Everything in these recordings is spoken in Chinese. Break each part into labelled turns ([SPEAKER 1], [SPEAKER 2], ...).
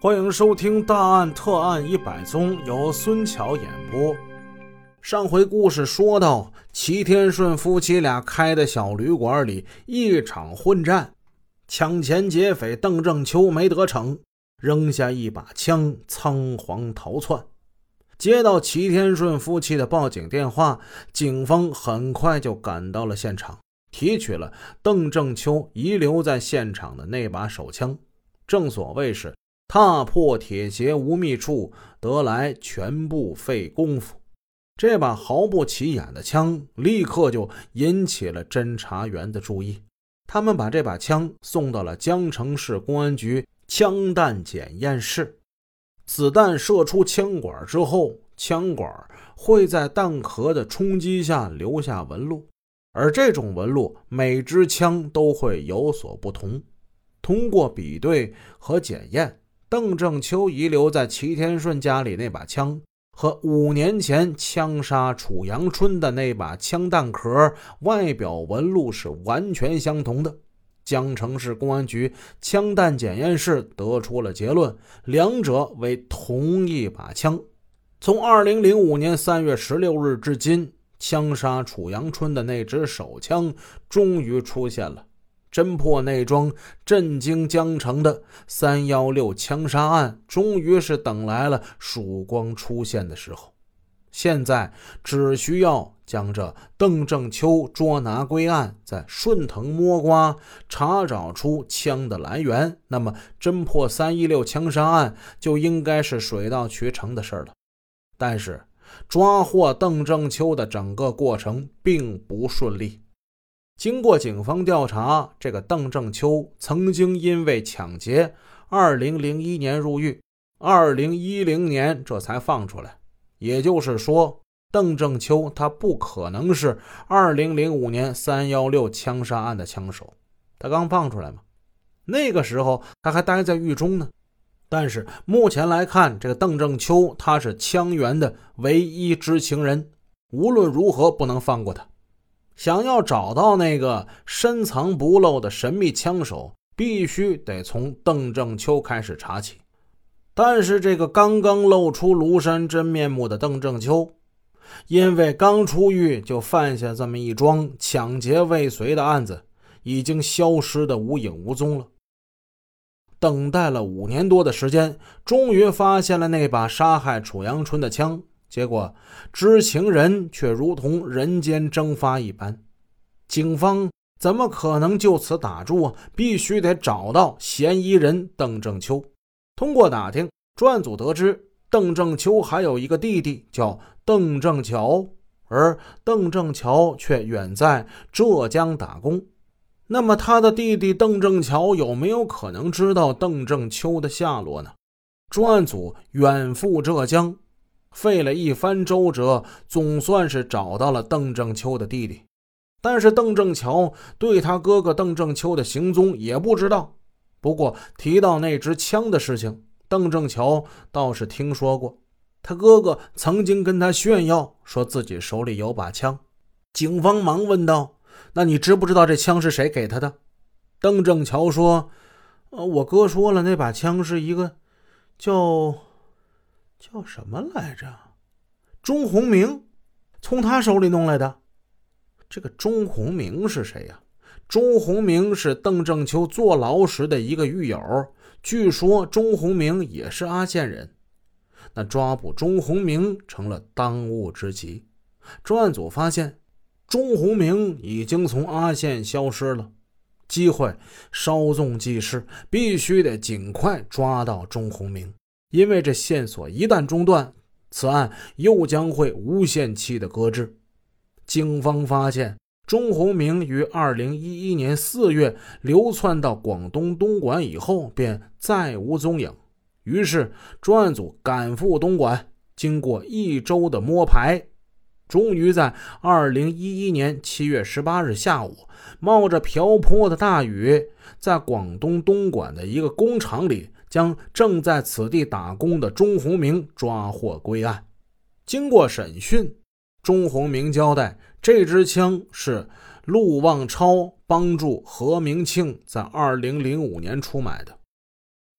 [SPEAKER 1] 欢迎收听《大案特案100宗》，由孙桥演播。上回故事说到，齐天顺夫妻俩开的小旅馆里一场混战，抢钱劫匪邓正秋没得逞，扔下一把枪仓皇逃窜。接到齐天顺夫妻的报警电话，警方很快就赶到了现场，提取了邓正秋遗留在现场的那把手枪。正所谓是踏破铁鞋无觅处，得来全不费功夫。这把毫不起眼的枪立刻就引起了侦查员的注意，他们把这把枪送到了江城市公安局枪弹检验室。子弹射出枪管之后，枪管会在弹壳的冲击下留下纹路，而这种纹路每支枪都会有所不同。通过比对和检验，邓正秋遗留在齐天顺家里那把枪和5年前枪杀楚阳春的那把枪弹壳外表纹路是完全相同的。江城市公安局枪弹检验室得出了结论，两者为同一把枪。从2005年3月16日至今，枪杀楚阳春的那支手枪终于出现了。侦破那桩震惊江城的316枪杀案终于是等来了曙光出现的时候。现在只需要将这邓正秋捉拿归案，再顺藤摸瓜查找出枪的来源，那么侦破316枪杀案就应该是水到渠成的事了。但是抓获邓正秋的整个过程并不顺利。经过警方调查，这个邓正秋曾经因为抢劫2001年入狱，2010年这才放出来。也就是说，邓正秋他不可能是2005年316枪杀案的枪手，他刚放出来嘛，那个时候他还待在狱中呢。但是目前来看，这个邓正秋他是枪源的唯一知情人，无论如何不能放过他。想要找到那个深藏不露的神秘枪手，必须得从邓正秋开始查起。但是这个刚刚露出庐山真面目的邓正秋，因为刚出狱就犯下这么一桩抢劫未遂的案子，已经消失得无影无踪了。等待了5年多的时间，终于发现了那把杀害楚阳春的枪，结果知情人却如同人间蒸发一般。警方怎么可能就此打住啊？必须得找到嫌疑人邓正秋。通过打听，专案组得知邓正秋还有一个弟弟叫邓正桥，而邓正桥却远在浙江打工。那么他的弟弟邓正桥有没有可能知道邓正秋的下落呢？专案组远赴浙江，费了一番周折，总算是找到了邓正秋的弟弟。但是邓正桥对他哥哥邓正秋的行踪也不知道。不过提到那支枪的事情，邓正桥倒是听说过，他哥哥曾经跟他炫耀说自己手里有把枪。警方忙问道，那你知不知道这枪是谁给他的？邓正桥说，我哥说了，那把枪是一个叫什么来着，钟鸿明，从他手里弄来的。这个钟鸿明是谁呀？钟鸿明是邓正秋坐牢时的一个狱友，据说钟鸿明也是阿县人。那抓捕钟鸿明成了当务之急。专案组发现钟鸿明已经从阿县消失了，机会稍纵即逝，必须得尽快抓到钟鸿明，因为这线索一旦中断，此案又将会无限期的搁置。警方发现钟鸿明于2011年4月流窜到广东东莞以后便再无踪影，于是专案组赶赴东莞，经过1周的摸排，终于在2011年7月18日下午，冒着瓢泼的大雨，在广东东莞的一个工厂里，将正在此地打工的钟鸿明抓获归案。经过审讯，钟鸿明交代，这支枪是陆望超帮助何明庆在2005年出买的。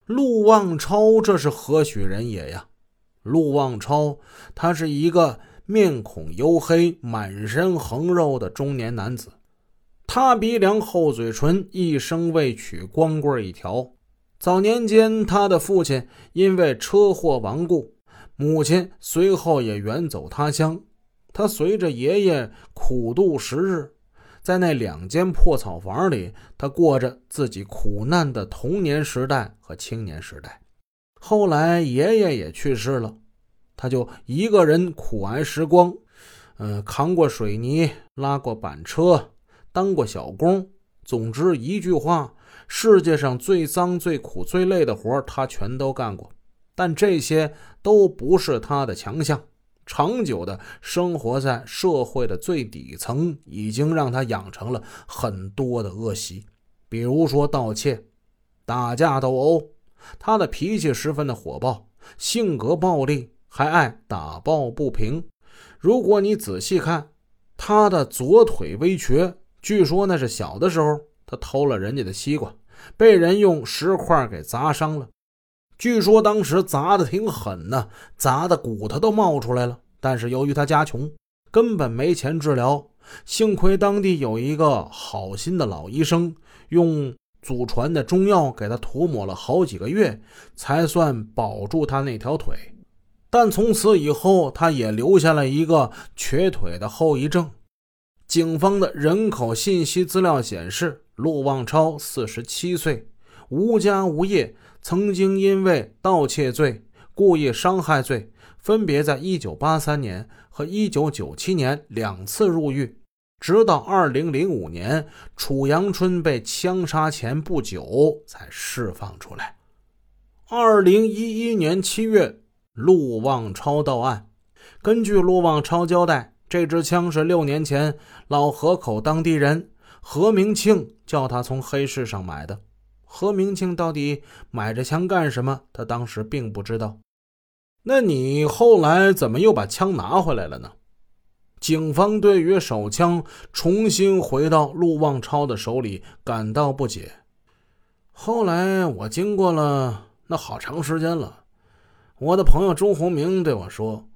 [SPEAKER 1] 陆望超这是何许人也呀？陆望超他是一个面孔黝黑、满身横肉的中年男子，塌鼻梁、厚嘴唇，一生未娶，光棍一条。早年间他的父亲因为车祸亡故，母亲随后也远走他乡，他随着爷爷苦度时日，在那2间破草房里，他过着自己苦难的童年时代和青年时代。后来爷爷也去世了，他就一个人苦挨时光，扛过水泥，拉过板车，当过小工。总之一句话，世界上最脏、最苦、最累的活他全都干过。但这些都不是他的强项，长久的生活在社会的最底层，已经让他养成了很多的恶习。比如说盗窃、打架斗殴，他的脾气十分的火爆，性格暴戾，还爱打抱不平。如果你仔细看，他的左腿微瘸，据说那是小的时候他偷了人家的西瓜，被人用石块给砸伤了。据说当时砸得挺狠呢，砸的骨头都冒出来了。但是由于他家穷，根本没钱治疗，幸亏当地有一个好心的老医生，用祖传的中药给他涂抹了好几个月，才算保住他那条腿。但从此以后，他也留下了一个瘸腿的后遗症。警方的人口信息资料显示，陆望超47岁，无家无业，曾经因为盗窃罪、故意伤害罪，分别在1983年和1997年2次入狱，直到2005年楚阳春被枪杀前不久才释放出来。2011年7月，陆望超到案。根据陆望超交代，这支枪是6年前老河口当地人何明庆叫他从黑市上买的。何明庆到底买这枪干什么，他当时并不知道。那你后来怎么又把枪拿回来了呢？警方对于手枪重新回到陆望超的手里感到不解。后来我经过了那好长时间了，我的朋友周鸿明对我说，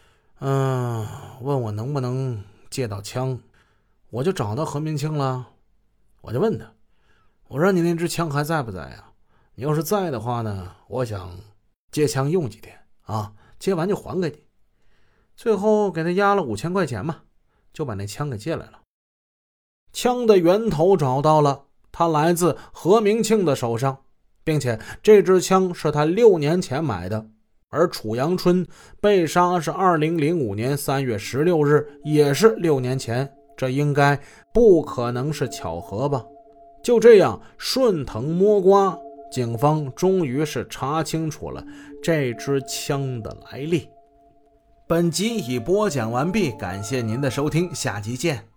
[SPEAKER 1] 问我能不能借到枪，我就找到何明庆了。我就问他，我说你那支枪还在不在呀？你要是在的话呢，我想借枪用几天啊，借完就还给你。最后给他押了5000块钱嘛，就把那枪给借来了。枪的源头找到了，它来自何明庆的手上，并且这支枪是他6年前买的。而楚阳春被杀是2005年3月16日，也是6年前，这应该不可能是巧合吧？就这样顺藤摸瓜，警方终于是查清楚了这支枪的来历。本集已播讲完毕，感谢您的收听，下集见。